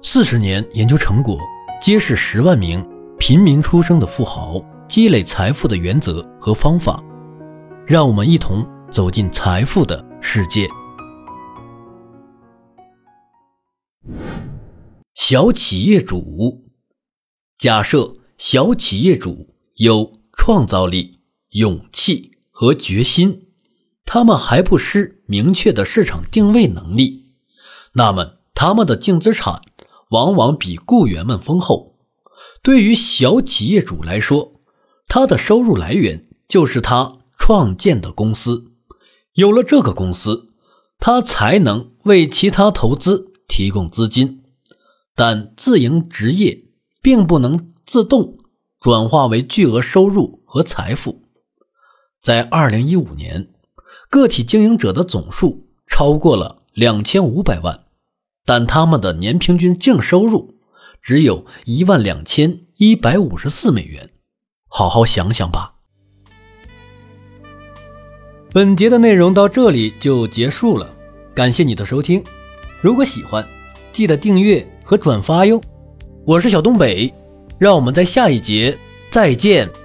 40年研究成果揭示10万名平民出生的富豪积累财富的原则和方法，让我们一同走进财富的世界。小企业主，假设小企业主有创造力、勇气和决心，他们还不失明确的市场定位能力，那么他们的净资产往往比雇员们丰厚。对于小企业主来说，他的收入来源就是他创建的公司，有了这个公司，他才能为其他投资提供资金。但自营职业并不能自动转化为巨额收入和财富。在2015年，个体经营者的总数超过了2500万，但他们的年平均净收入只有12154美元。好好想想吧。本节的内容到这里就结束了，感谢你的收听。如果喜欢，记得订阅和转发哟。我是小东北，让我们在下一节再见。